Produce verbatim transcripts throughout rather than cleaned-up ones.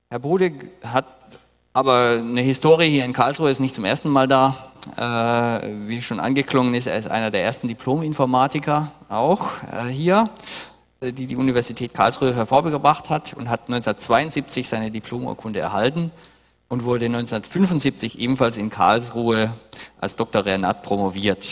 Herr Bude hat aber eine Historie hier in Karlsruhe, ist nicht zum ersten Mal da. Äh, wie schon angeklungen ist, er ist einer der ersten Diplom-Informatiker auch äh, hier, die die Universität Karlsruhe hervorgebracht hat und hat neunzehnhundertzweiundsiebzig seine Diplomurkunde erhalten und wurde neunzehnhundertfünfundsiebzig ebenfalls in Karlsruhe als Doktor Rer Nat promoviert.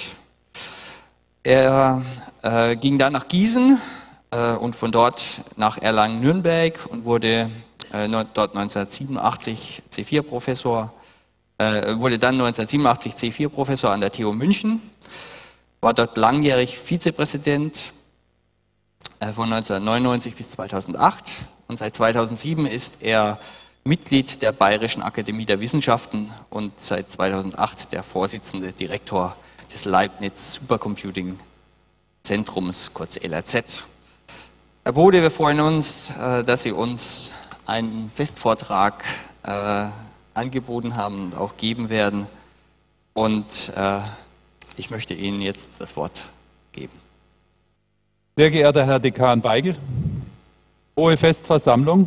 Er äh, ging dann nach Gießen äh, und von dort nach Erlangen-Nürnberg und wurde äh, dort neunzehnhundertsiebenundachtzig C vier Professor, äh, wurde dann neunzehnhundertsiebenundachtzig C vier Professor an der T U München, war dort langjährig Vizepräsident äh, von neunzehnhundertneunundneunzig bis zweitausendacht und seit zweitausendsieben ist er Mitglied der Bayerischen Akademie der Wissenschaften und seit zweitausendacht der Vorsitzende Direktor des Leibniz Supercomputing Zentrums, kurz L R Z. Herr Bude, wir freuen uns, dass Sie uns einen Festvortrag äh, angeboten haben und auch geben werden. Und äh, ich möchte Ihnen jetzt das Wort geben. Sehr geehrter Herr Dekan Beigel, hohe Festversammlung,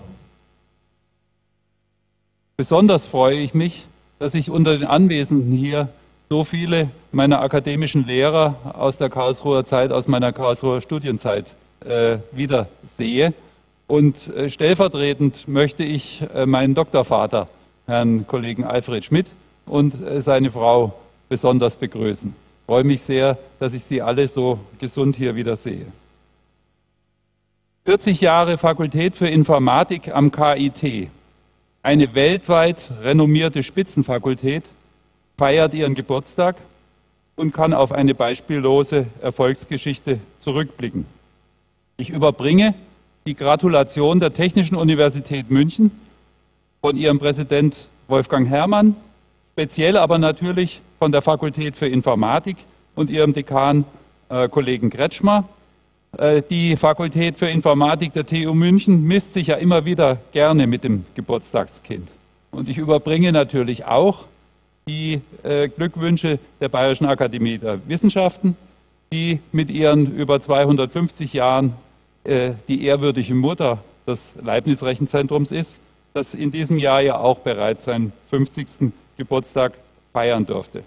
besonders freue ich mich, dass ich unter den Anwesenden hier so viele meiner akademischen Lehrer aus der Karlsruher Zeit, aus meiner Karlsruher Studienzeit äh, wieder sehe. Und äh, stellvertretend möchte ich äh, meinen Doktorvater, Herrn Kollegen Alfred Schmidt, und äh, seine Frau besonders begrüßen. Ich freue mich sehr, dass ich Sie alle so gesund hier wieder sehe. vierzig Jahre Fakultät für Informatik am K I T, eine weltweit renommierte Spitzenfakultät, feiert ihren Geburtstag und kann auf eine beispiellose Erfolgsgeschichte zurückblicken. Ich überbringe die Gratulation der Technischen Universität München von ihrem Präsident Wolfgang Herrmann, speziell aber natürlich von der Fakultät für Informatik und ihrem Dekan äh, Kollegen Kretschmer. Äh, die Fakultät für Informatik der T U München misst sich ja immer wieder gerne mit dem Geburtstagskind. Und ich überbringe natürlich auch die äh, Glückwünsche der Bayerischen Akademie der Wissenschaften, die mit ihren über zweihundertfünfzig Jahren äh, die ehrwürdige Mutter des Leibniz-Rechenzentrums ist, das in diesem Jahr ja auch bereits seinen fünfzigsten Geburtstag feiern durfte.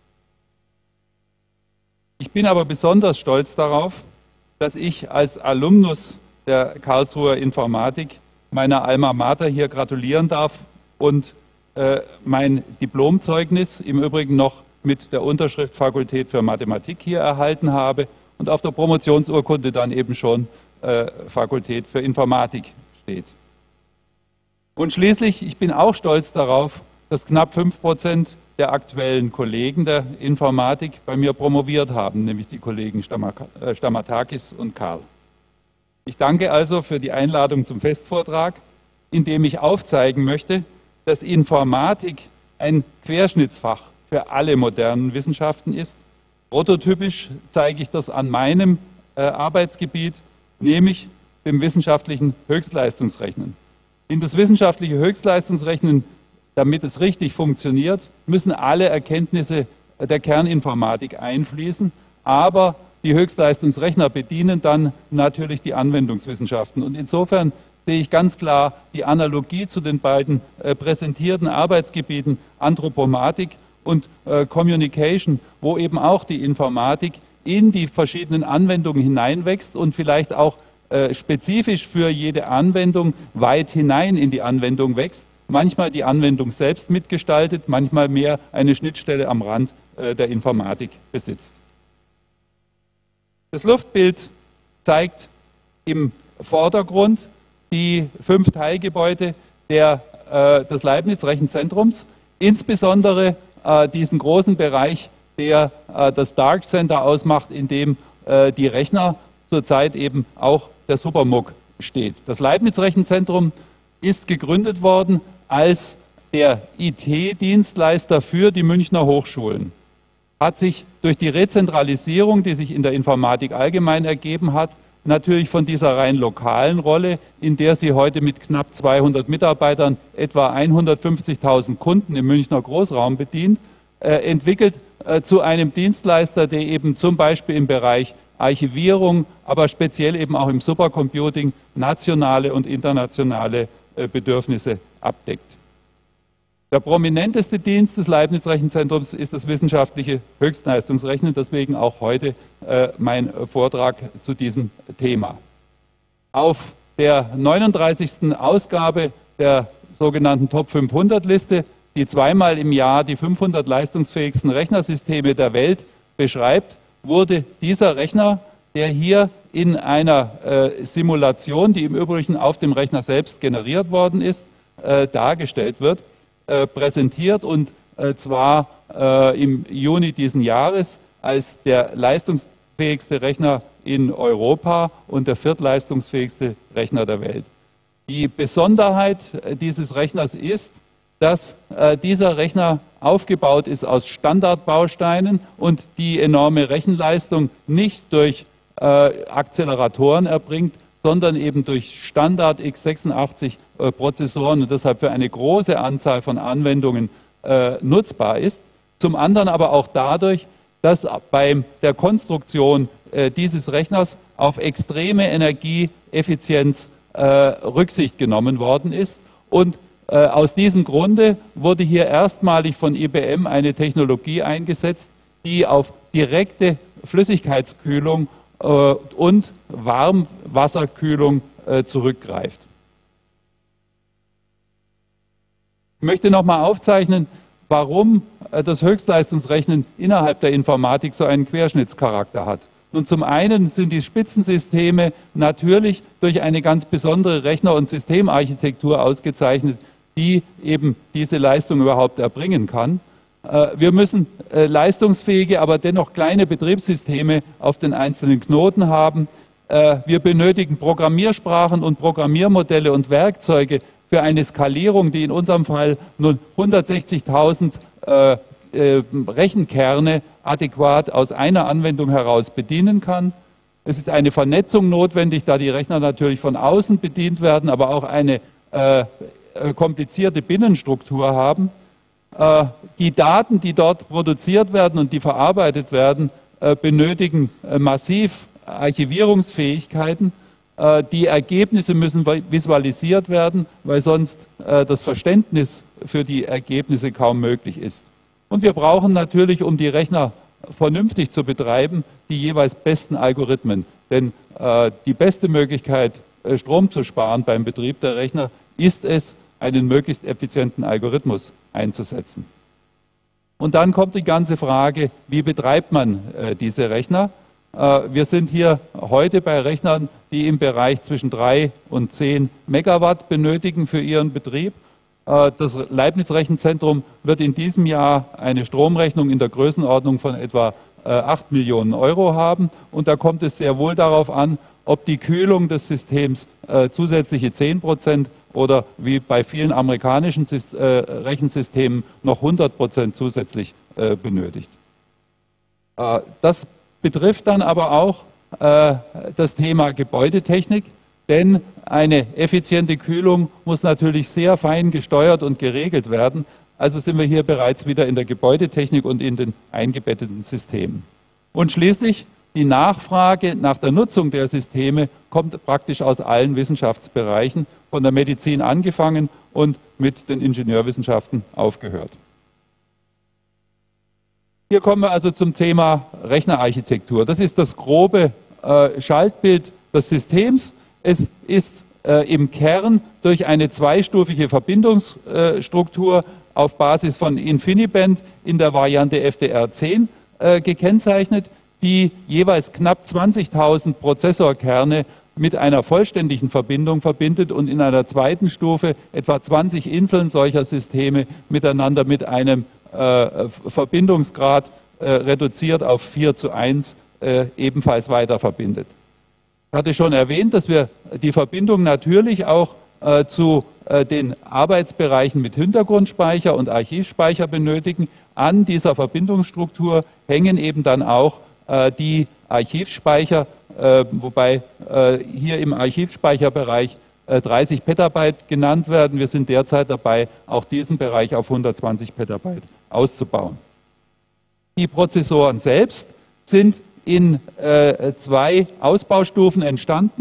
Ich bin aber besonders stolz darauf, dass ich als Alumnus der Karlsruher Informatik meiner Alma Mater hier gratulieren darf und mein Diplomzeugnis im Übrigen noch mit der Unterschrift Fakultät für Mathematik hier erhalten habe und auf der Promotionsurkunde dann eben schon äh, Fakultät für Informatik steht. Und schließlich, ich bin auch stolz darauf, dass knapp fünf Prozent der aktuellen Kollegen der Informatik bei mir promoviert haben, nämlich die Kollegen Stamatakis und Karl. Ich danke also für die Einladung zum Festvortrag, in dem ich aufzeigen möchte, dass Informatik ein Querschnittsfach für alle modernen Wissenschaften ist. Prototypisch zeige ich das an meinem äh, Arbeitsgebiet, nämlich dem wissenschaftlichen Höchstleistungsrechnen. In das wissenschaftliche Höchstleistungsrechnen, damit es richtig funktioniert, müssen alle Erkenntnisse der Kerninformatik einfließen, aber die Höchstleistungsrechner bedienen dann natürlich die Anwendungswissenschaften. Und insofern sehe ich ganz klar die Analogie zu den beiden äh, präsentierten Arbeitsgebieten Anthropomatik und äh, Communication, wo eben auch die Informatik in die verschiedenen Anwendungen hineinwächst und vielleicht auch äh, spezifisch für jede Anwendung weit hinein in die Anwendung wächst. Manchmal die Anwendung selbst mitgestaltet, manchmal mehr eine Schnittstelle am Rand äh, der Informatik besitzt. Das Luftbild zeigt im Vordergrund die fünf Teilgebäude der, äh, des Leibniz-Rechenzentrums, insbesondere äh, diesen großen Bereich, der äh, das Dark Center ausmacht, in dem äh, die Rechner zurzeit eben auch der Supermug steht. Das Leibniz-Rechenzentrum ist gegründet worden als der I T-Dienstleister für die Münchner Hochschulen, hat sich durch die Rezentralisierung, die sich in der Informatik allgemein ergeben hat, natürlich von dieser rein lokalen Rolle, in der sie heute mit knapp zweihundert Mitarbeitern etwa hundertfünfzigtausend Kunden im Münchner Großraum bedient, äh, entwickelt äh, zu einem Dienstleister, der eben zum Beispiel im Bereich Archivierung, aber speziell eben auch im Supercomputing nationale und internationale äh, Bedürfnisse abdeckt. Der prominenteste Dienst des Leibniz-Rechenzentrums ist das wissenschaftliche Höchstleistungsrechnen, deswegen auch heute äh, mein Vortrag zu diesem Thema. Auf der neununddreißigsten Ausgabe der sogenannten Top fünfhundert Liste, die zweimal im Jahr die fünfhundert leistungsfähigsten Rechnersysteme der Welt beschreibt, wurde dieser Rechner, der hier in einer äh, Simulation, die im Übrigen auf dem Rechner selbst generiert worden ist, äh, dargestellt wird, äh, präsentiert und äh, zwar äh, im Juni diesen Jahres als der leistungsfähigste Rechner in Europa und der viertleistungsfähigste Rechner der Welt. Die Besonderheit dieses Rechners ist, dass äh, dieser Rechner aufgebaut ist aus Standardbausteinen und die enorme Rechenleistung nicht durch äh, Acceleratoren erbringt, sondern eben durch Standard x sechsundachtzig äh, Prozessoren und deshalb für eine große Anzahl von Anwendungen äh, nutzbar ist. Zum anderen aber auch dadurch, dass bei der Konstruktion äh, dieses Rechners auf extreme Energieeffizienz äh, Rücksicht genommen worden ist und aus diesem Grunde wurde hier erstmalig von I B M eine Technologie eingesetzt, die auf direkte Flüssigkeitskühlung äh, und Warmwasserkühlung äh, zurückgreift. Ich möchte nochmal aufzeichnen, warum äh, das Höchstleistungsrechnen innerhalb der Informatik so einen Querschnittscharakter hat. Nun, zum einen sind die Spitzensysteme natürlich durch eine ganz besondere Rechner- und Systemarchitektur ausgezeichnet, die eben diese Leistung überhaupt erbringen kann. Wir müssen leistungsfähige, aber dennoch kleine Betriebssysteme auf den einzelnen Knoten haben. Wir benötigen Programmiersprachen und Programmiermodelle und Werkzeuge für eine Skalierung, die in unserem Fall nun hundertsechzigtausend Rechenkerne adäquat aus einer Anwendung heraus bedienen kann. Es ist eine Vernetzung notwendig, da die Rechner natürlich von außen bedient werden, aber auch eine äh, komplizierte Binnenstruktur haben. Äh, die Daten, die dort produziert werden und die verarbeitet werden, äh, benötigen äh, massiv Archivierungsfähigkeiten. Äh, die Ergebnisse müssen visualisiert werden, weil sonst äh, das Verständnis für die Ergebnisse kaum möglich ist. Und wir brauchen natürlich, um die Rechner vernünftig zu betreiben, die jeweils besten Algorithmen. Denn äh, die beste Möglichkeit, äh, Strom zu sparen beim Betrieb der Rechner, ist es, einen möglichst effizienten Algorithmus einzusetzen. Und dann kommt die ganze Frage, wie betreibt man äh, diese Rechner? Äh, wir sind hier heute bei Rechnern, die im Bereich zwischen drei und zehn Megawatt benötigen für ihren Betrieb. Das Leibniz-Rechenzentrum wird in diesem Jahr eine Stromrechnung in der Größenordnung von etwa acht Millionen Euro haben. Und da kommt es sehr wohl darauf an, ob die Kühlung des Systems zusätzliche zehn Prozent oder wie bei vielen amerikanischen Rechensystemen noch hundert Prozent zusätzlich benötigt. Das betrifft dann aber auch das Thema Gebäudetechnik. Denn eine effiziente Kühlung muss natürlich sehr fein gesteuert und geregelt werden. Also sind wir hier bereits wieder in der Gebäudetechnik und in den eingebetteten Systemen. Und schließlich die Nachfrage nach der Nutzung der Systeme kommt praktisch aus allen Wissenschaftsbereichen, von der Medizin angefangen und mit den Ingenieurwissenschaften aufgehört. Hier kommen wir also zum Thema Rechnerarchitektur. Das ist das grobe äh, Schaltbild des Systems. Es ist äh, im Kern durch eine zweistufige Verbindungsstruktur auf Basis von InfiniBand in der Variante F D R zehn äh, gekennzeichnet, die jeweils knapp zwanzigtausend Prozessorkerne mit einer vollständigen Verbindung verbindet und in einer zweiten Stufe etwa zwanzig Inseln solcher Systeme miteinander mit einem äh, Verbindungsgrad äh, reduziert auf vier zu eins äh, ebenfalls weiter verbindet. Ich hatte schon erwähnt, dass wir die Verbindung natürlich auch äh, zu äh, den Arbeitsbereichen mit Hintergrundspeicher und Archivspeicher benötigen. An dieser Verbindungsstruktur hängen eben dann auch äh, die Archivspeicher, äh, wobei äh, hier im Archivspeicherbereich äh, dreißig Petabyte genannt werden. Wir sind derzeit dabei, auch diesen Bereich auf hundertzwanzig Petabyte auszubauen. Die Prozessoren selbst sind in äh, zwei Ausbaustufen entstanden.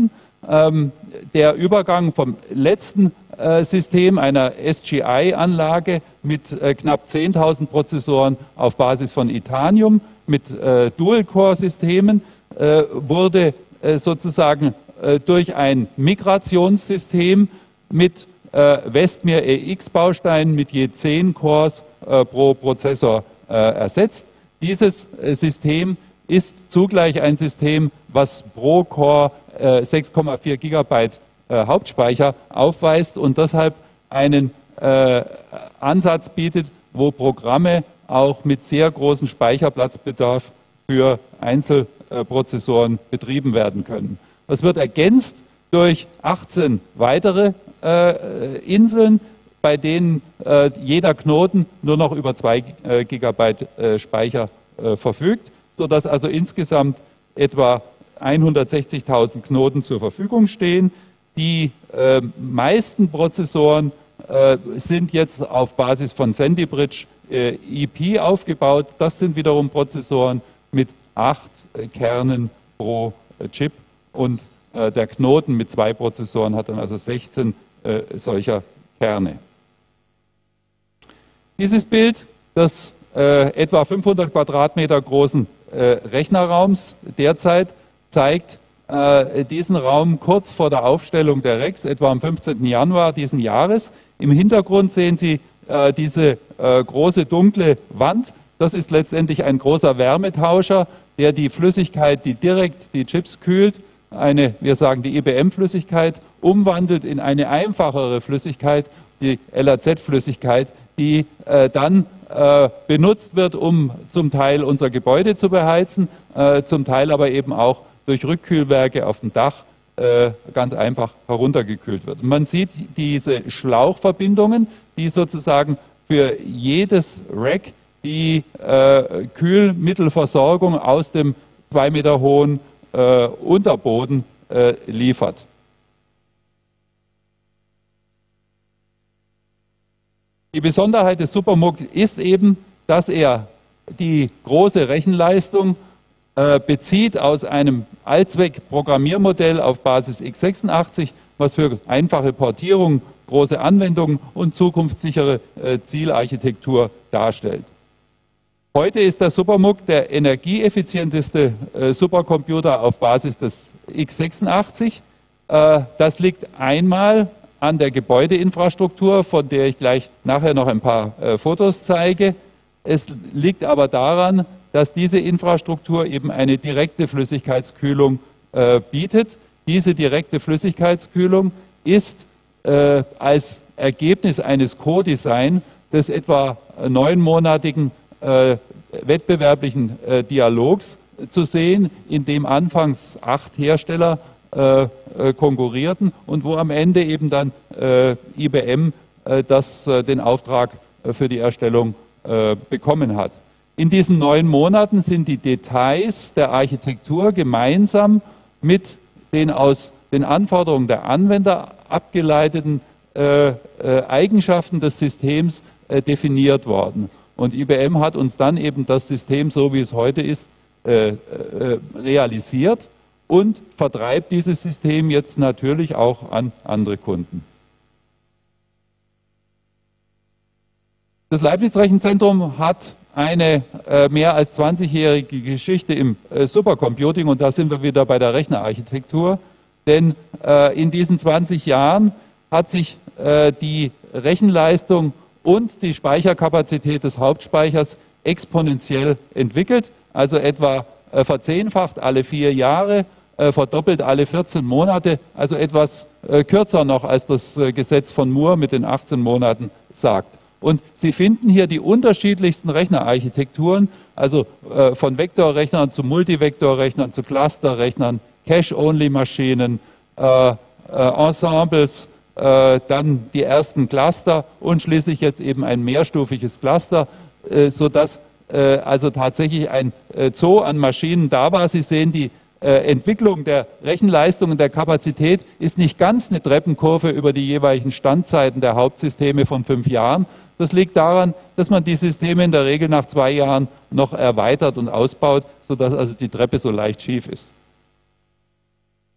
ähm, der Übergang vom letzten äh, System, einer S G I-Anlage mit äh, knapp zehntausend Prozessoren auf Basis von Itanium, mit äh, Dual-Core-Systemen, äh, wurde äh, sozusagen äh, durch ein Migrationssystem mit äh, Westmir E X-Bausteinen mit je zehn Cores äh, pro Prozessor äh, ersetzt. Dieses äh, System ist zugleich ein System, was pro Core äh, sechs Komma vier Gigabyte äh, Hauptspeicher aufweist und deshalb einen äh, Ansatz bietet, wo Programme auch mit sehr großem Speicherplatzbedarf für Einzelprozessoren betrieben werden können. Das wird ergänzt durch achtzehn weitere äh, Inseln, bei denen äh, jeder Knoten nur noch über zwei äh, Gigabyte äh, Speicher äh, verfügt, sodass also insgesamt etwa hundertsechzigtausend Knoten zur Verfügung stehen. Die äh, meisten Prozessoren äh, sind jetzt auf Basis von Sandy Bridge äh, E P aufgebaut. Das sind wiederum Prozessoren mit acht äh, Kernen pro äh, Chip und äh, der Knoten mit zwei Prozessoren hat dann also sechzehn äh, solcher Kerne. Dieses Bild des äh, etwa fünfhundert Quadratmeter großen äh, Rechnerraums derzeit zeigt äh, diesen Raum kurz vor der Aufstellung der Racks, etwa am fünfzehnten Januar diesen Jahres. Im Hintergrund sehen Sie äh, diese äh, große dunkle Wand. Das ist letztendlich ein großer Wärmetauscher, der die Flüssigkeit, die direkt die Chips kühlt, eine, wir sagen die I B M-Flüssigkeit, umwandelt in eine einfachere Flüssigkeit, die L A Z-Flüssigkeit, die äh, dann äh, benutzt wird, um zum Teil unser Gebäude zu beheizen, äh, zum Teil aber eben auch durch Rückkühlwerke auf dem Dach äh, ganz einfach heruntergekühlt wird. Und man sieht diese Schlauchverbindungen, die sozusagen für jedes Rack die äh, Kühlmittelversorgung aus dem zwei Meter hohen äh, Unterboden äh, liefert. Die Besonderheit des SuperMUG ist eben, dass er die große Rechenleistung äh, bezieht aus einem Allzweck-Programmiermodell auf Basis x sechsundachtzig, was für einfache Portierung, große Anwendungen und zukunftssichere äh, Zielarchitektur darstellt. Heute ist der SuperMUG der energieeffizienteste äh, Supercomputer auf Basis des x sechsundachtzig. Äh, das liegt einmal an der Gebäudeinfrastruktur, von der ich gleich nachher noch ein paar äh, Fotos zeige. Es liegt aber daran, dass diese Infrastruktur eben eine direkte Flüssigkeitskühlung äh, bietet. Diese direkte Flüssigkeitskühlung ist äh, als Ergebnis eines Co-Design des etwa neunmonatigen äh, wettbewerblichen äh, Dialogs zu sehen, in dem anfangs acht Hersteller äh, äh, konkurrierten und wo am Ende eben dann äh, I B M äh, das, äh, den Auftrag äh, für die Erstellung äh, bekommen hat. In diesen neun Monaten sind die Details der Architektur gemeinsam mit den aus den Anforderungen der Anwender abgeleiteten äh, äh, Eigenschaften des Systems äh, definiert worden. Und I B M hat uns dann eben das System, so wie es heute ist, äh, äh, realisiert und vertreibt dieses System jetzt natürlich auch an andere Kunden. Das Leibniz-Rechenzentrum hat eine äh, mehr als zwanzigjährige Geschichte im äh, Supercomputing und da sind wir wieder bei der Rechnerarchitektur, denn äh, in diesen zwanzig Jahren hat sich äh, die Rechenleistung und die Speicherkapazität des Hauptspeichers exponentiell entwickelt, also etwa äh, verzehnfacht alle vier Jahre, äh, verdoppelt alle vierzehn Monate, also etwas äh, kürzer noch als das äh, Gesetz von Moore mit den achtzehn Monaten sagt. Und Sie finden hier die unterschiedlichsten Rechnerarchitekturen, also äh, von Vektorrechnern zu Multivektorrechnern, zu Clusterrechnern, Cache-Only-Maschinen, äh, äh, Ensembles, äh, dann die ersten Cluster und schließlich jetzt eben ein mehrstufiges Cluster, äh, sodass äh, also tatsächlich ein äh, Zoo an Maschinen da war. Sie sehen, die äh, Entwicklung der Rechenleistung und der Kapazität ist nicht ganz eine Treppenkurve über die jeweiligen Standzeiten der Hauptsysteme von fünf Jahren. Das liegt daran, dass man die Systeme in der Regel nach zwei Jahren noch erweitert und ausbaut, sodass also die Treppe so leicht schief ist.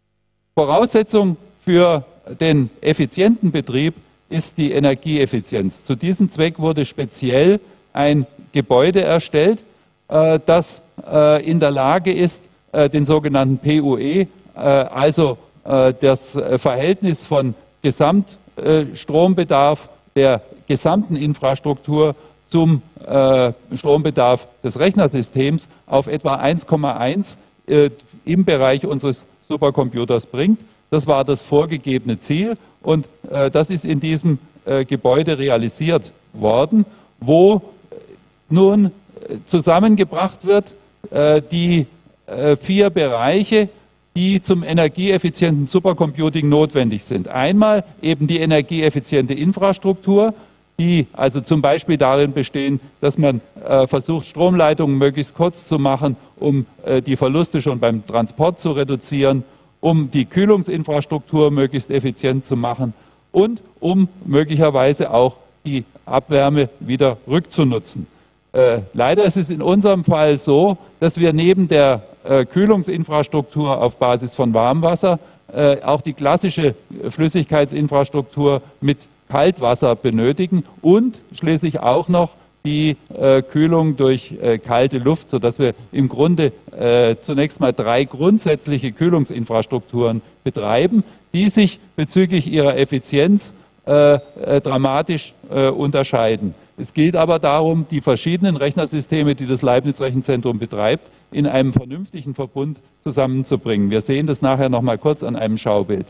Voraussetzung für den effizienten Betrieb ist die Energieeffizienz. Zu diesem Zweck wurde speziell ein Gebäude erstellt, äh, das äh, in der Lage ist, äh, den sogenannten P U E, äh, also äh, das Verhältnis von Gesamtstrombedarf der gesamten Infrastruktur zum äh, Strombedarf des Rechnersystems auf etwa eins Komma eins äh, im Bereich unseres Supercomputers bringt. Das war das vorgegebene Ziel und äh, das ist in diesem äh, Gebäude realisiert worden, wo nun äh, zusammengebracht wird äh, die äh, vier Bereiche, die zum energieeffizienten Supercomputing notwendig sind. Einmal eben die energieeffiziente Infrastruktur, die also zum Beispiel darin bestehen, dass man äh, versucht, Stromleitungen möglichst kurz zu machen, um äh, die Verluste schon beim Transport zu reduzieren, um die Kühlungsinfrastruktur möglichst effizient zu machen und um möglicherweise auch die Abwärme wieder rückzunutzen. Äh, leider ist es in unserem Fall so, dass wir neben der äh, Kühlungsinfrastruktur auf Basis von Warmwasser äh, auch die klassische Flüssigkeitsinfrastruktur mit Kaltwasser benötigen und schließlich auch noch die äh, Kühlung durch äh, kalte Luft, sodass wir im Grunde äh, zunächst mal drei grundsätzliche Kühlungsinfrastrukturen betreiben, die sich bezüglich ihrer Effizienz äh, äh, dramatisch äh, unterscheiden. Es geht aber darum, die verschiedenen Rechnersysteme, die das Leibniz-Rechenzentrum betreibt, in einem vernünftigen Verbund zusammenzubringen. Wir sehen das nachher noch mal kurz an einem Schaubild.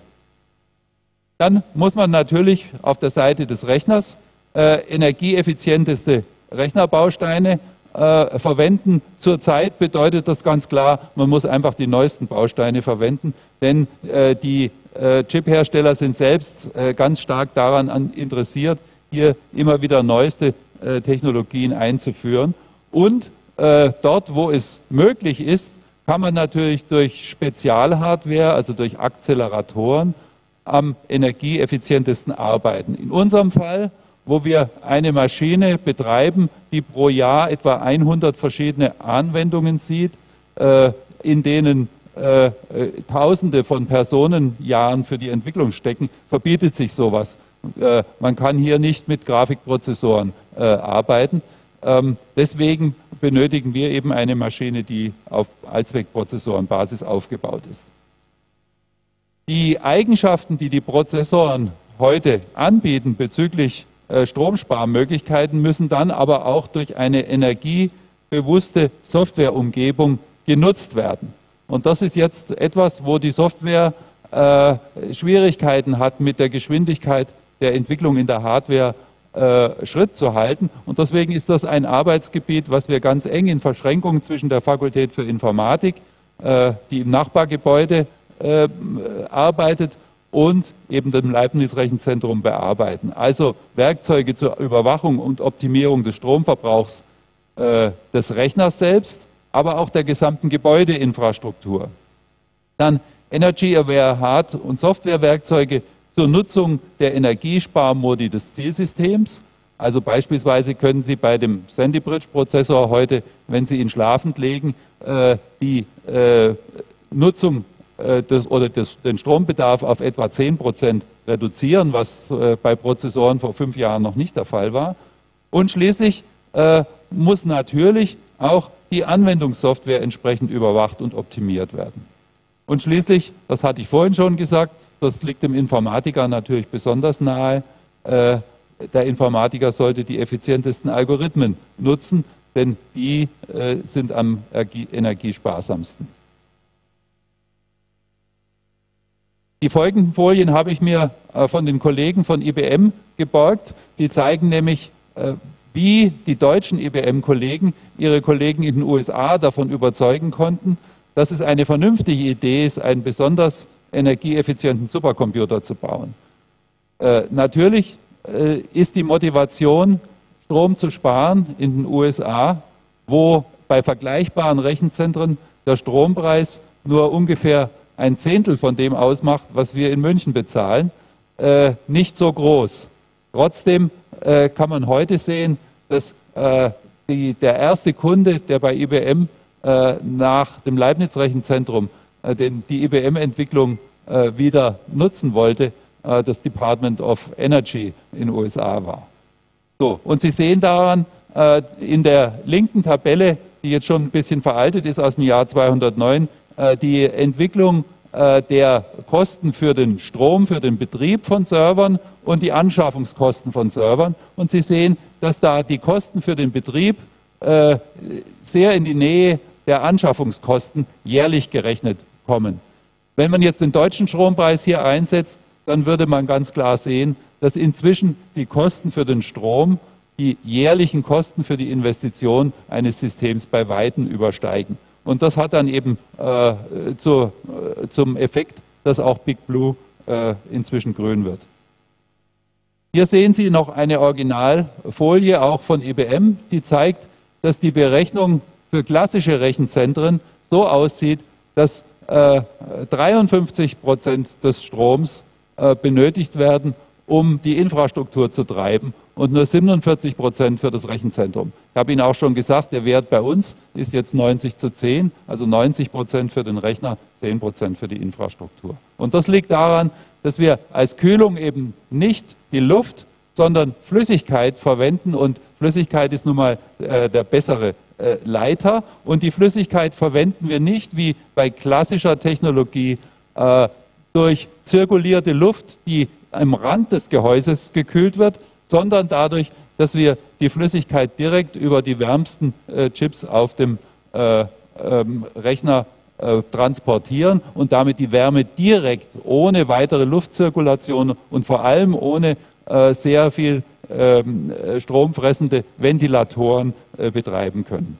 Dann muss man natürlich auf der Seite des Rechners äh, energieeffizienteste Rechnerbausteine äh, verwenden. Zurzeit bedeutet das ganz klar, man muss einfach die neuesten Bausteine verwenden, denn äh, die äh, Chiphersteller sind selbst äh, ganz stark daran an, interessiert, hier immer wieder neueste äh, Technologien einzuführen. Und äh, dort, wo es möglich ist, kann man natürlich durch Spezialhardware, also durch Akzeleratoren, am energieeffizientesten arbeiten. In unserem Fall, wo wir eine Maschine betreiben, die pro Jahr etwa hundert verschiedene Anwendungen sieht, äh, in denen äh, Tausende von Personenjahren für die Entwicklung stecken, verbietet sich sowas. Äh, man kann hier nicht mit Grafikprozessoren äh, arbeiten. Ähm, deswegen benötigen wir eben eine Maschine, die auf Allzweckprozessorenbasis aufgebaut ist. Die Eigenschaften, die die Prozessoren heute anbieten bezüglich äh, Stromsparmöglichkeiten, müssen dann aber auch durch eine energiebewusste Softwareumgebung genutzt werden. Und das ist jetzt etwas, wo die Software äh, Schwierigkeiten hat, mit der Geschwindigkeit der Entwicklung in der Hardware äh, Schritt zu halten. Und deswegen ist das ein Arbeitsgebiet, was wir ganz eng in Verschränkung zwischen der Fakultät für Informatik, äh, die im Nachbargebäude Äh, arbeitet und eben dem Leibniz-Rechenzentrum bearbeiten. Also Werkzeuge zur Überwachung und Optimierung des Stromverbrauchs äh, des Rechners selbst, aber auch der gesamten Gebäudeinfrastruktur. Dann Energy-Aware Hard- und Softwarewerkzeuge zur Nutzung der Energiesparmodi des Zielsystems. Also beispielsweise können Sie bei dem Sandy Bridge-Prozessor heute, wenn Sie ihn schlafend legen, äh, die äh, Nutzung Das, oder das, den Strombedarf auf etwa zehn Prozent reduzieren, was äh, bei Prozessoren vor fünf Jahren noch nicht der Fall war. Und schließlich äh, muss natürlich auch die Anwendungssoftware entsprechend überwacht und optimiert werden. Und schließlich, das hatte ich vorhin schon gesagt, das liegt dem Informatiker natürlich besonders nahe, äh, der Informatiker sollte die effizientesten Algorithmen nutzen, denn die äh, sind am energiesparsamsten. Die folgenden Folien habe ich mir äh, von den Kollegen von I B M geborgt. Die zeigen nämlich, äh, wie die deutschen I B M-Kollegen ihre Kollegen in den U S A davon überzeugen konnten, dass es eine vernünftige Idee ist, einen besonders energieeffizienten Supercomputer zu bauen. Äh, natürlich äh, ist die Motivation, Strom zu sparen in den U S A, wo bei vergleichbaren Rechenzentren der Strompreis nur ungefähr ein Zehntel von dem ausmacht, was wir in München bezahlen, äh, nicht so groß. Trotzdem äh, kann man heute sehen, dass äh, die, der erste Kunde, der bei I B M äh, nach dem Leibniz-Rechenzentrum äh, den, die I B M-Entwicklung äh, wieder nutzen wollte, äh, das Department of Energy in den U S A war. So, und Sie sehen daran äh, in der linken Tabelle, die jetzt schon ein bisschen veraltet ist, aus dem Jahr zweihundertneun, äh, die Entwicklung äh, der Kosten für den Strom, für den Betrieb von Servern und die Anschaffungskosten von Servern. Und Sie sehen, dass da die Kosten für den Betrieb äh, sehr in die Nähe der Anschaffungskosten jährlich gerechnet kommen. Wenn man jetzt den deutschen Strompreis hier einsetzt, dann würde man ganz klar sehen, dass inzwischen die Kosten für den Strom die jährlichen Kosten für die Investition eines Systems bei Weitem übersteigen. Und das hat dann eben äh, zu, äh, zum Effekt, dass auch Big Blue äh, inzwischen grün wird. Hier sehen Sie noch eine Originalfolie, auch von I B M, die zeigt, dass die Berechnung für klassische Rechenzentren so aussieht, dass äh, dreiundfünfzig Prozent des Stroms äh, benötigt werden, um die Infrastruktur zu treiben und nur siebenundvierzig Prozent für das Rechenzentrum. Ich habe Ihnen auch schon gesagt, der Wert bei uns ist jetzt neunzig zu zehn, also neunzig Prozent für den Rechner, zehn Prozent für die Infrastruktur. Und das liegt daran, dass wir als Kühlung eben nicht die Luft, sondern Flüssigkeit verwenden, und Flüssigkeit ist nun mal äh, der bessere äh, Leiter, und die Flüssigkeit verwenden wir nicht wie bei klassischer Technologie äh, durch zirkulierte Luft, die am Rand des Gehäuses gekühlt wird, sondern dadurch, dass wir die Flüssigkeit direkt über die wärmsten äh, Chips auf dem äh, ähm, Rechner äh, transportieren und damit die Wärme direkt ohne weitere Luftzirkulation und vor allem ohne äh, sehr viel ähm, stromfressende Ventilatoren äh, betreiben können.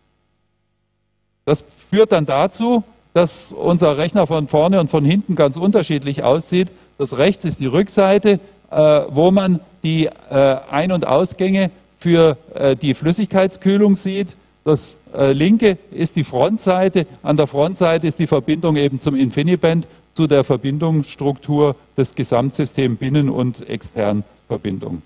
Das führt dann dazu, dass unser Rechner von vorne und von hinten ganz unterschiedlich aussieht. Das rechts ist die Rückseite, äh, wo man die äh, Ein- und Ausgänge für äh, die Flüssigkeitskühlung sieht. Das äh, linke ist die Frontseite. An der Frontseite ist die Verbindung eben zum InfiniBand, zu der Verbindungsstruktur des Gesamtsystems Binnen- und Externverbindung.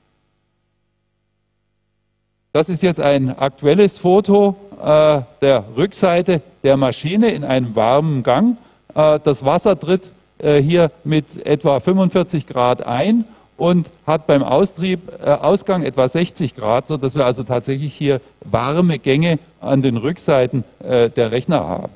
Das ist jetzt ein aktuelles Foto äh, der Rückseite der Maschine in einem warmen Gang. Äh, das Wasser tritt äh, hier mit etwa fünfundvierzig Grad ein und hat beim Austrieb, äh, Ausgang etwa sechzig Grad, sodass wir also tatsächlich hier warme Gänge an den Rückseiten äh, der Rechner haben.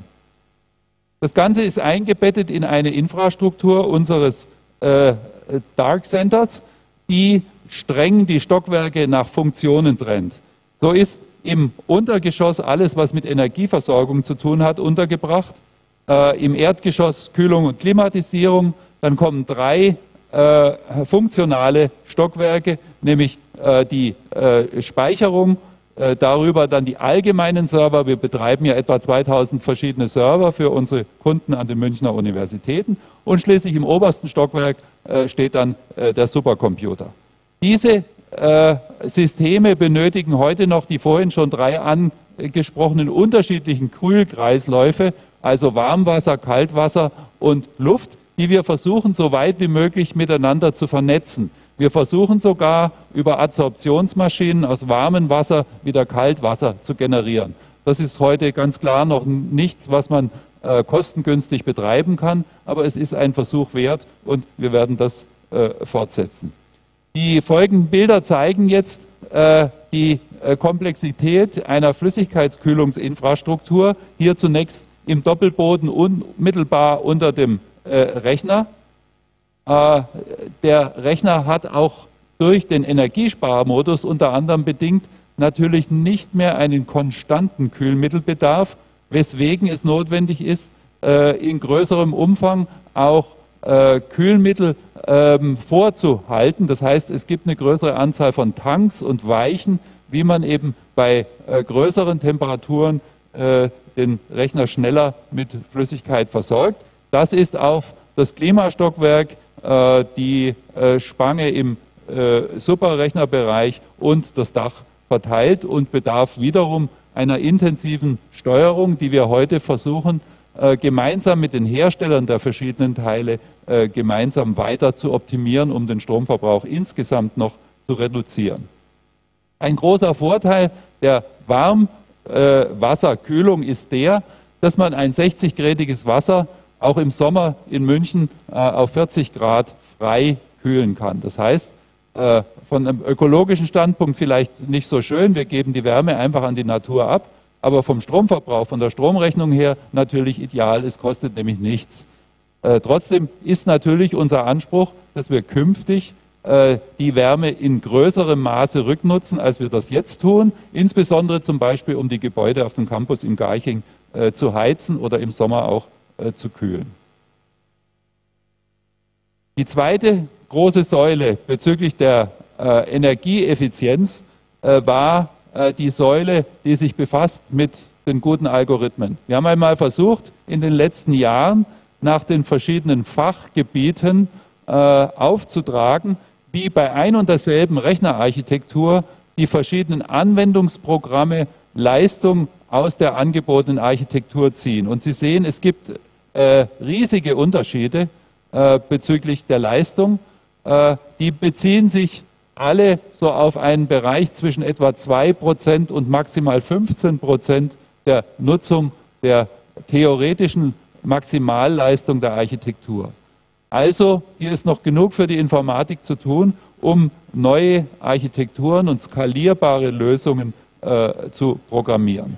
Das Ganze ist eingebettet in eine Infrastruktur unseres äh, Dark Centers, die streng die Stockwerke nach Funktionen trennt. So ist im Untergeschoss alles, was mit Energieversorgung zu tun hat, untergebracht. Äh, Im Erdgeschoss Kühlung und Klimatisierung. Dann kommen drei äh, funktionale Stockwerke, nämlich äh, die äh, Speicherung, äh, darüber dann die allgemeinen Server. Wir betreiben ja etwa zweitausend verschiedene Server für unsere Kunden an den Münchner Universitäten. Und schließlich im obersten Stockwerk äh, steht dann äh, der Supercomputer. Diese äh, Systeme benötigen heute noch die vorhin schon drei angesprochenen unterschiedlichen Kühlkreisläufe, also Warmwasser, Kaltwasser und Luft, die wir versuchen, so weit wie möglich miteinander zu vernetzen. Wir versuchen sogar, über Adsorptionsmaschinen aus warmem Wasser wieder Kaltwasser zu generieren. Das ist heute ganz klar noch nichts, was man äh, kostengünstig betreiben kann, aber es ist ein Versuch wert und wir werden das äh, fortsetzen. Die folgenden Bilder zeigen jetzt äh, die äh, Komplexität einer Flüssigkeitskühlungsinfrastruktur. Hier zunächst im Doppelboden unmittelbar unter dem äh, Rechner. Äh, der Rechner hat auch durch den Energiesparmodus unter anderem bedingt natürlich nicht mehr einen konstanten Kühlmittelbedarf, weswegen es notwendig ist, äh, in größerem Umfang auch äh, Kühlmittel ähm, vorzuhalten. Das heißt, es gibt eine größere Anzahl von Tanks und Weichen, wie man eben bei äh, größeren Temperaturen äh, den Rechner schneller mit Flüssigkeit versorgt. Das ist auf das Klimastockwerk, äh, die äh, Spange im äh, Superrechnerbereich und das Dach verteilt und bedarf wiederum einer intensiven Steuerung, die wir heute versuchen, äh, gemeinsam mit den Herstellern der verschiedenen Teile äh, gemeinsam weiter zu optimieren, um den Stromverbrauch insgesamt noch zu reduzieren. Ein großer Vorteil der Warmwasserkühlung ist der, dass man ein sechzig-gradiges Wasser auch im Sommer in München äh, auf vierzig Grad frei kühlen kann. Das heißt, äh, von einem ökologischen Standpunkt vielleicht nicht so schön, wir geben die Wärme einfach an die Natur ab, aber vom Stromverbrauch, von der Stromrechnung her natürlich ideal, es kostet nämlich nichts. Äh, trotzdem ist natürlich unser Anspruch, dass wir künftig äh, die Wärme in größerem Maße rücknutzen, als wir das jetzt tun, insbesondere zum Beispiel, um die Gebäude auf dem Campus in Garching äh, zu heizen oder im Sommer auch äh, zu kühlen. Die zweite große Säule bezüglich der äh, Energieeffizienz äh, war äh, die Säule, die sich befasst mit den guten Algorithmen. Wir haben einmal versucht, in den letzten Jahren nach den verschiedenen Fachgebieten äh, aufzutragen, wie bei ein und derselben Rechnerarchitektur die verschiedenen Anwendungsprogramme Leistung aus der angebotenen Architektur ziehen. Und Sie sehen, es gibt äh, riesige Unterschiede äh, bezüglich der Leistung. Äh, die beziehen sich alle so auf einen Bereich zwischen etwa zwei Prozent und maximal fünfzehn Prozent der Nutzung der theoretischen Maximalleistung der Architektur. Also hier ist noch genug für die Informatik zu tun, um neue Architekturen und skalierbare Lösungen äh, zu programmieren.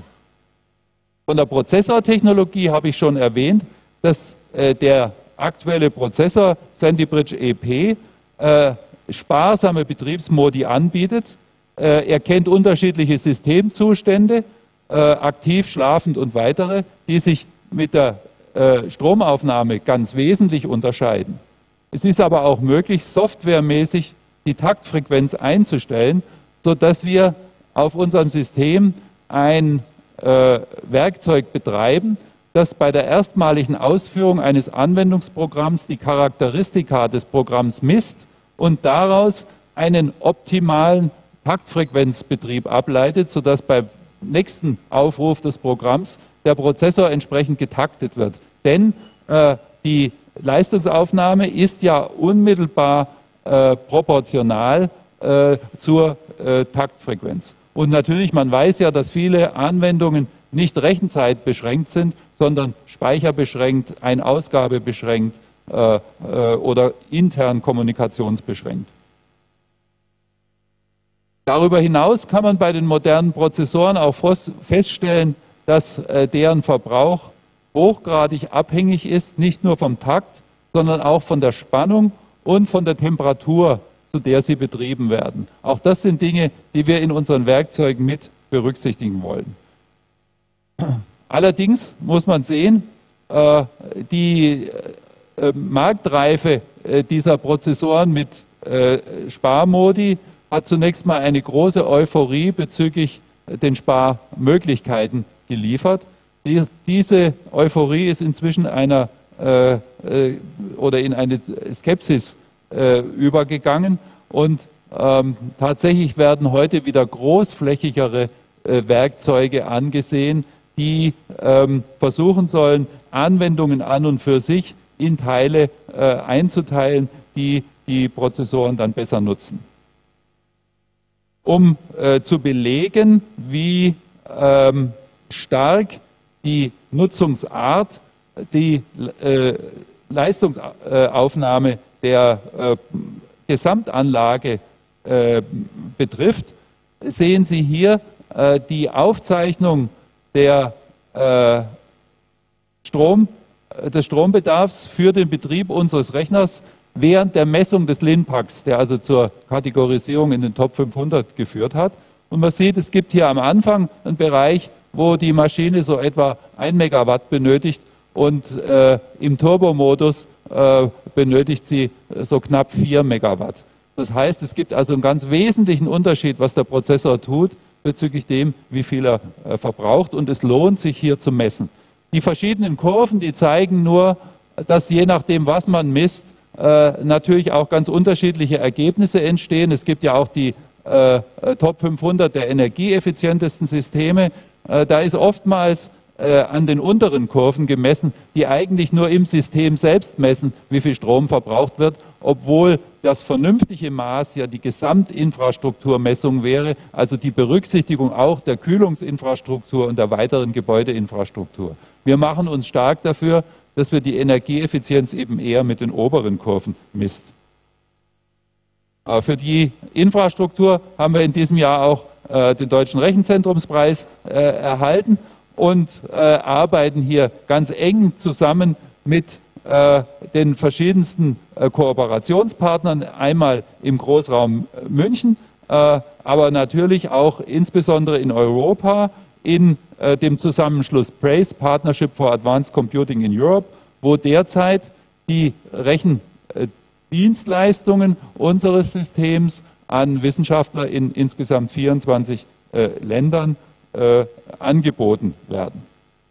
Von der Prozessortechnologie habe ich schon erwähnt, dass äh, der aktuelle Prozessor Sandy Bridge E P äh, sparsame Betriebsmodi anbietet. Äh, er kennt unterschiedliche Systemzustände, äh, aktiv, schlafend und weitere, die sich mit der äh, Stromaufnahme ganz wesentlich unterscheiden. Es ist aber auch möglich, softwaremäßig die Taktfrequenz einzustellen, sodass wir auf unserem System ein äh, Werkzeug betreiben, das bei der erstmaligen Ausführung eines Anwendungsprogramms die Charakteristika des Programms misst und daraus einen optimalen Taktfrequenzbetrieb ableitet, sodass beim nächsten Aufruf des Programms der Prozessor entsprechend getaktet wird. Denn äh, die Leistungsaufnahme ist ja unmittelbar äh, proportional äh, zur äh, Taktfrequenz. Und natürlich, man weiß ja, dass viele Anwendungen nicht rechenzeitbeschränkt sind, sondern speicherbeschränkt, Ein-Ausgabe-beschränkt äh, äh, oder intern kommunikationsbeschränkt. Darüber hinaus kann man bei den modernen Prozessoren auch feststellen, dass äh, deren Verbrauch hochgradig abhängig ist, nicht nur vom Takt, sondern auch von der Spannung und von der Temperatur, zu der sie betrieben werden. Auch das sind Dinge, die wir in unseren Werkzeugen mit berücksichtigen wollen. Allerdings muss man sehen, äh, die äh, Marktreife äh, dieser Prozessoren mit äh, Sparmodi hat zunächst mal eine große Euphorie bezüglich äh, den Sparmöglichkeiten geliefert. Die, diese Euphorie ist inzwischen einer äh, äh, oder in eine Skepsis äh, übergegangen und ähm, tatsächlich werden heute wieder großflächigere äh, Werkzeuge angesehen, die ähm, versuchen sollen, Anwendungen an und für sich in Teile äh, einzuteilen, die die Prozessoren dann besser nutzen. Um äh, zu belegen, wie ähm, stark die Nutzungsart die äh, Leistungsaufnahme der äh, Gesamtanlage äh, betrifft, sehen Sie hier äh, die Aufzeichnung der, äh, Strom, des Strombedarfs für den Betrieb unseres Rechners während der Messung des Linpax, der also zur Kategorisierung in den Top fünfhundert geführt hat. Und man sieht, es gibt hier am Anfang einen Bereich, wo die Maschine so etwa ein Megawatt benötigt und äh, im Turbomodus äh, benötigt sie so knapp vier Megawatt. Das heißt, es gibt also einen ganz wesentlichen Unterschied, was der Prozessor tut, bezüglich dem, wie viel er äh, verbraucht, und es lohnt sich hier zu messen. Die verschiedenen Kurven, die zeigen nur, dass je nachdem, was man misst, äh, natürlich auch ganz unterschiedliche Ergebnisse entstehen. Es gibt ja auch die äh, Top fünfhundert der energieeffizientesten Systeme. Äh, da ist oftmals äh, an den unteren Kurven gemessen, die eigentlich nur im System selbst messen, wie viel Strom verbraucht wird, obwohl das vernünftige Maß ja die Gesamtinfrastrukturmessung wäre, also die Berücksichtigung auch der Kühlungsinfrastruktur und der weiteren Gebäudeinfrastruktur. Wir machen uns stark dafür, dass wir die Energieeffizienz eben eher mit den oberen Kurven misst. Äh, für die Infrastruktur haben wir in diesem Jahr auch äh, den Deutschen Rechenzentrumspreis äh, erhalten und äh, arbeiten hier ganz eng zusammen mit äh, den verschiedensten äh, Kooperationspartnern, einmal im Großraum München, äh, aber natürlich auch insbesondere in Europa in äh, dem Zusammenschluss PRACE, Partnership for Advanced Computing in Europe, wo derzeit die Rechendienstleistungen unseres Systems an Wissenschaftler in insgesamt vierundzwanzig äh, Ländern äh, angeboten werden.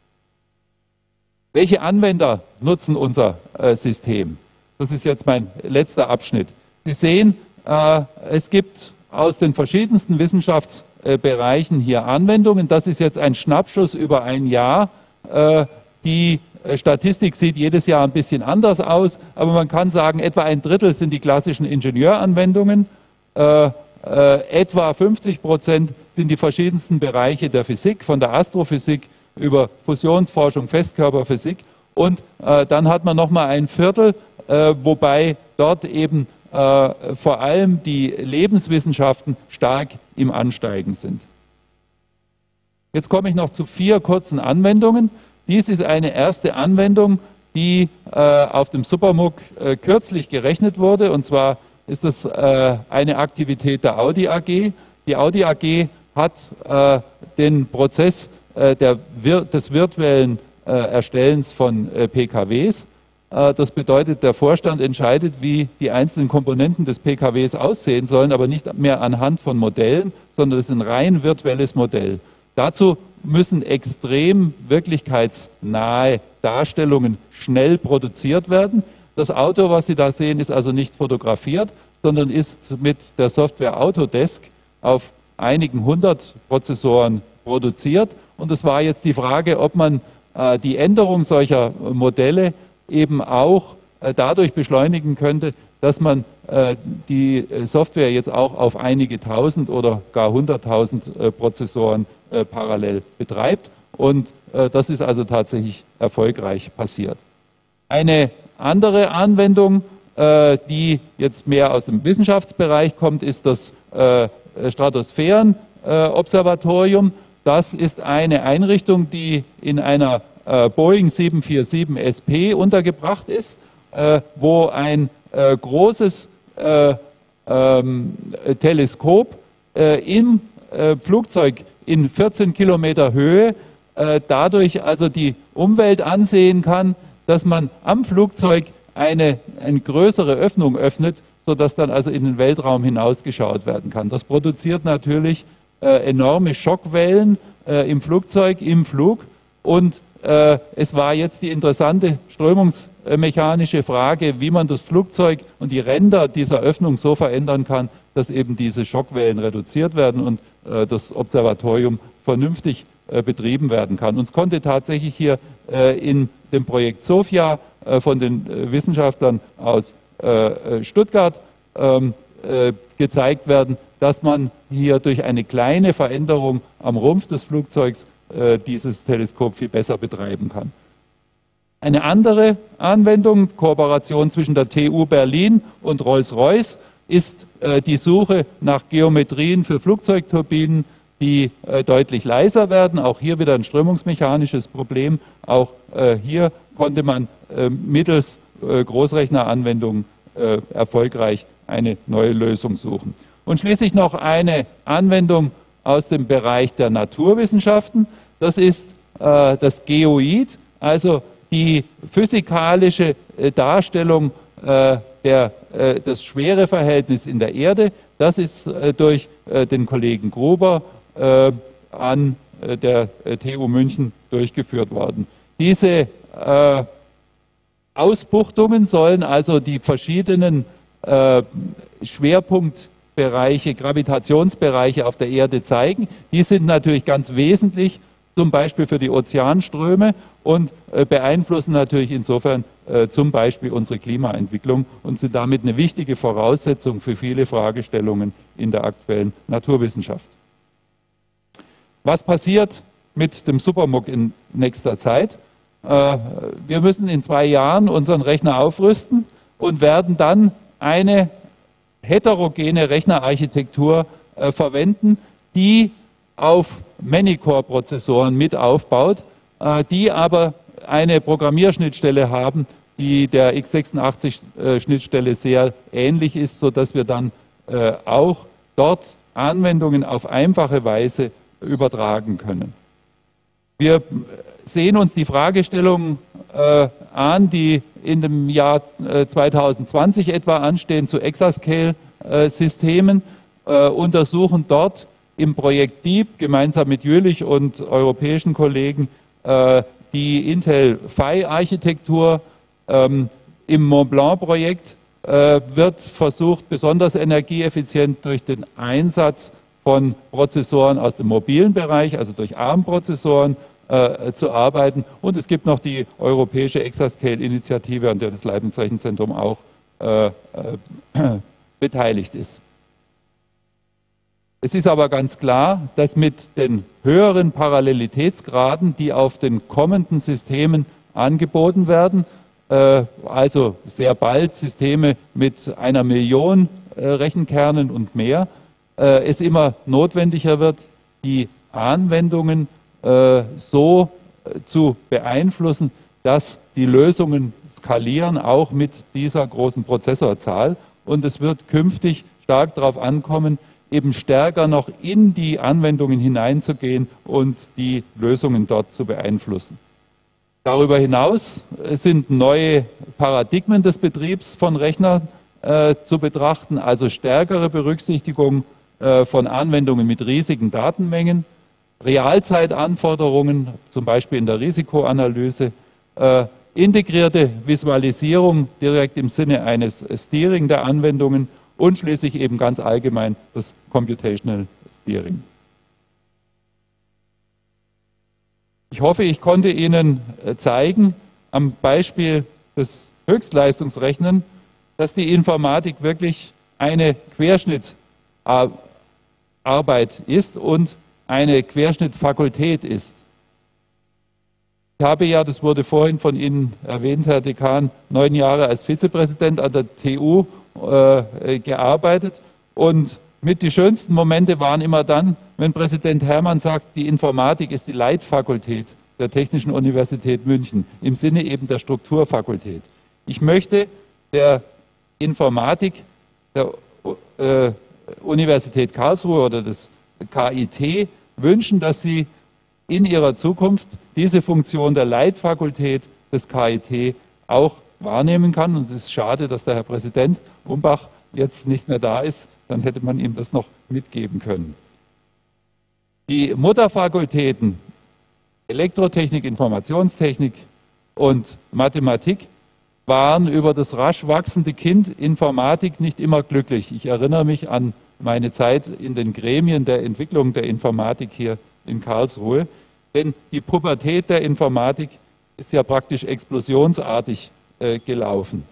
Welche Anwender nutzen unser äh, System? Das ist jetzt mein letzter Abschnitt. Sie sehen, äh, es gibt aus den verschiedensten Wissenschaftsbereichen hier Anwendungen. Das ist jetzt ein Schnappschuss über ein Jahr. Äh, die Statistik sieht jedes Jahr ein bisschen anders aus, aber man kann sagen, etwa ein Drittel sind die klassischen Ingenieuranwendungen, äh, äh, etwa fünfzig Prozent sind die verschiedensten Bereiche der Physik, von der Astrophysik über Fusionsforschung, Festkörperphysik, und äh, dann hat man nochmal ein Viertel, äh, wobei dort eben äh, vor allem die Lebenswissenschaften stark im Ansteigen sind. Jetzt komme ich noch zu vier kurzen Anwendungen. Dies ist eine erste Anwendung, die äh, auf dem SuperMUG äh, kürzlich gerechnet wurde, und zwar ist das äh, eine Aktivität der Audi A G. Die Audi A G hat äh, den Prozess äh, der vir des virtuellen äh, Erstellens von äh, P K Ws. Äh, das bedeutet, der Vorstand entscheidet, wie die einzelnen Komponenten des P K Ws aussehen sollen, aber nicht mehr anhand von Modellen, sondern es ist ein rein virtuelles Modell. Dazu müssen extrem wirklichkeitsnahe Darstellungen schnell produziert werden. Das Auto, was Sie da sehen, ist also nicht fotografiert, sondern ist mit der Software Autodesk auf einigen hundert Prozessoren produziert. Und es war jetzt die Frage, ob man äh, die Änderung solcher Modelle eben auch äh, dadurch beschleunigen könnte, dass man äh, die Software jetzt auch auf einige tausend oder gar hunderttausend äh, Prozessoren äh, parallel betreibt. Und äh, das ist also tatsächlich erfolgreich passiert. Eine andere Anwendung, äh, die jetzt mehr aus dem Wissenschaftsbereich kommt, ist das äh, Stratosphären-Observatorium. Das ist eine Einrichtung, die in einer äh, Boeing sieben vier sieben S P untergebracht ist, äh, wo ein äh, großes äh, ähm, Teleskop äh, im äh, Flugzeug in vierzehn Kilometer Höhe äh, dadurch also die Umwelt ansehen kann, dass man am Flugzeug eine, eine größere Öffnung öffnet, sodass dann also in den Weltraum hinausgeschaut werden kann. Das produziert natürlich äh, enorme Schockwellen äh, im Flugzeug, im Flug, und äh, es war jetzt die interessante strömungsmechanische Frage, wie man das Flugzeug und die Ränder dieser Öffnung so verändern kann, dass eben diese Schockwellen reduziert werden und äh, das Observatorium vernünftig äh, betrieben werden kann. Uns konnte tatsächlich hier äh, in dem Projekt SOFIA äh, von den äh, Wissenschaftlern aus äh, Stuttgart ähm, äh, gezeigt werden, dass man hier durch eine kleine Veränderung am Rumpf des Flugzeugs äh, dieses Teleskop viel besser betreiben kann. Eine andere Anwendung, Kooperation zwischen der T U Berlin und Rolls-Royce, ist äh, die Suche nach Geometrien für Flugzeugturbinen, die äh, deutlich leiser werden. Auch hier wieder ein strömungsmechanisches Problem. Auch äh, hier konnte man äh, mittels äh, Großrechneranwendungen äh, erfolgreich eine neue Lösung suchen. Und schließlich noch eine Anwendung aus dem Bereich der Naturwissenschaften. Das ist äh, das Geoid, also die physikalische äh, Darstellung äh, der, äh, das Schwereverhältnis in der Erde. Das ist äh, durch äh, den Kollegen Gruber äh, an äh, der äh, T U München durchgeführt worden. Diese äh, Ausbuchtungen sollen also die verschiedenen äh, Schwerpunktbereiche, Gravitationsbereiche auf der Erde zeigen. Die sind natürlich ganz wesentlich, zum Beispiel für die Ozeanströme, und äh, beeinflussen natürlich insofern äh, zum Beispiel unsere Klimaentwicklung und sind damit eine wichtige Voraussetzung für viele Fragestellungen in der aktuellen Naturwissenschaft. Was passiert mit dem SuperMUG in nächster Zeit? äh, wir müssen in zwei Jahren unseren Rechner aufrüsten und werden dann eine heterogene Rechnerarchitektur äh, verwenden, die auf Many-Core-Prozessoren mit aufbaut, äh, die aber eine Programmierschnittstelle haben, die der x sechsundachtzig-Schnittstelle sehr ähnlich ist, sodass wir dann äh, auch dort Anwendungen auf einfache Weise übertragen können. Wir sehen uns die Fragestellungen äh, an, die in dem Jahr äh, zweitausendzwanzig etwa anstehen zu Exascale-Systemen, äh, untersuchen dort im Projekt Deep gemeinsam mit Jülich und europäischen Kollegen äh, die Intel Phi-Architektur. Ähm, Im Mont Blanc-Projekt äh, wird versucht, besonders energieeffizient durch den Einsatz von Prozessoren aus dem mobilen Bereich, also durch ARM-Prozessoren, äh, zu arbeiten. Und es gibt noch die europäische Exascale-Initiative, an der das Leibniz Rechenzentrum auch äh, äh, beteiligt ist. Es ist aber ganz klar, dass mit den höheren Parallelitätsgraden, die auf den kommenden Systemen angeboten werden, äh, also sehr bald Systeme mit einer Million äh, Rechenkernen und mehr, äh, es immer notwendiger wird, die Anwendungen äh, so äh, zu beeinflussen, dass die Lösungen skalieren, auch mit dieser großen Prozessorzahl. Und es wird künftig stark darauf ankommen, eben stärker noch in die Anwendungen hineinzugehen und die Lösungen dort zu beeinflussen. Darüber hinaus sind neue Paradigmen des Betriebs von Rechnern äh, zu betrachten, also stärkere Berücksichtigung äh, von Anwendungen mit riesigen Datenmengen, Realzeitanforderungen, zum Beispiel in der Risikoanalyse, äh, integrierte Visualisierung direkt im Sinne eines Steering der Anwendungen und schließlich eben ganz allgemein das Computational Steering. Ich hoffe, ich konnte Ihnen zeigen, am Beispiel des Höchstleistungsrechnens, dass die Informatik wirklich eine Querschnittarbeit ist und eine Querschnittfakultät ist. Ich habe ja, das wurde vorhin von Ihnen erwähnt, Herr Dekan, neun Jahre als Vizepräsident an der T U äh, gearbeitet und mit die schönsten Momente waren immer dann, wenn Präsident Herrmann sagt, die Informatik ist die Leitfakultät der Technischen Universität München, im Sinne eben der Strukturfakultät. Ich möchte der Informatik der äh, Universität Karlsruhe oder des K I T wünschen, dass sie in ihrer Zukunft diese Funktion der Leitfakultät des K I T auch wahrnehmen kann. Und es ist schade, dass der Herr Präsident Umbach jetzt nicht mehr da ist, dann hätte man ihm das noch mitgeben können. Die Mutterfakultäten Elektrotechnik, Informationstechnik und Mathematik waren über das rasch wachsende Kind Informatik nicht immer glücklich. Ich erinnere mich an meine Zeit in den Gremien der Entwicklung der Informatik hier in Karlsruhe, denn die Pubertät der Informatik ist ja praktisch explosionsartig äh, gelaufen.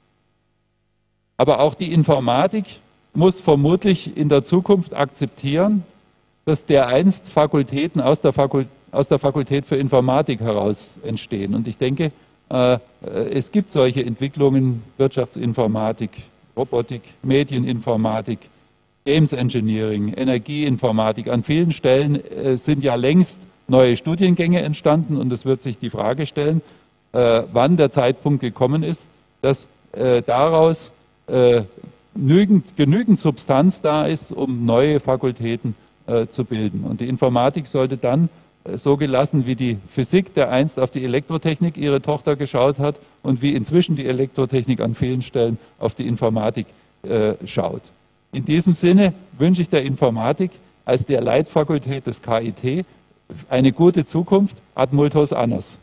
Aber auch die Informatik muss vermutlich in der Zukunft akzeptieren, dass dereinst Fakultäten aus der, Fakul aus der Fakultät für Informatik heraus entstehen. Und ich denke, äh, es gibt solche Entwicklungen, Wirtschaftsinformatik, Robotik, Medieninformatik, Games Engineering, Energieinformatik. An vielen Stellen äh, sind ja längst neue Studiengänge entstanden und es wird sich die Frage stellen, äh, wann der Zeitpunkt gekommen ist, dass äh, daraus äh, genügend, genügend Substanz da ist, um neue Fakultäten äh, zu bilden. Und die Informatik sollte dann äh, so gelassen wie die Physik, der einst auf die Elektrotechnik ihre Tochter geschaut hat und wie inzwischen die Elektrotechnik an vielen Stellen auf die Informatik äh, schaut. In diesem Sinne wünsche ich der Informatik als der Leitfakultät des K I T eine gute Zukunft. Ad multos annos.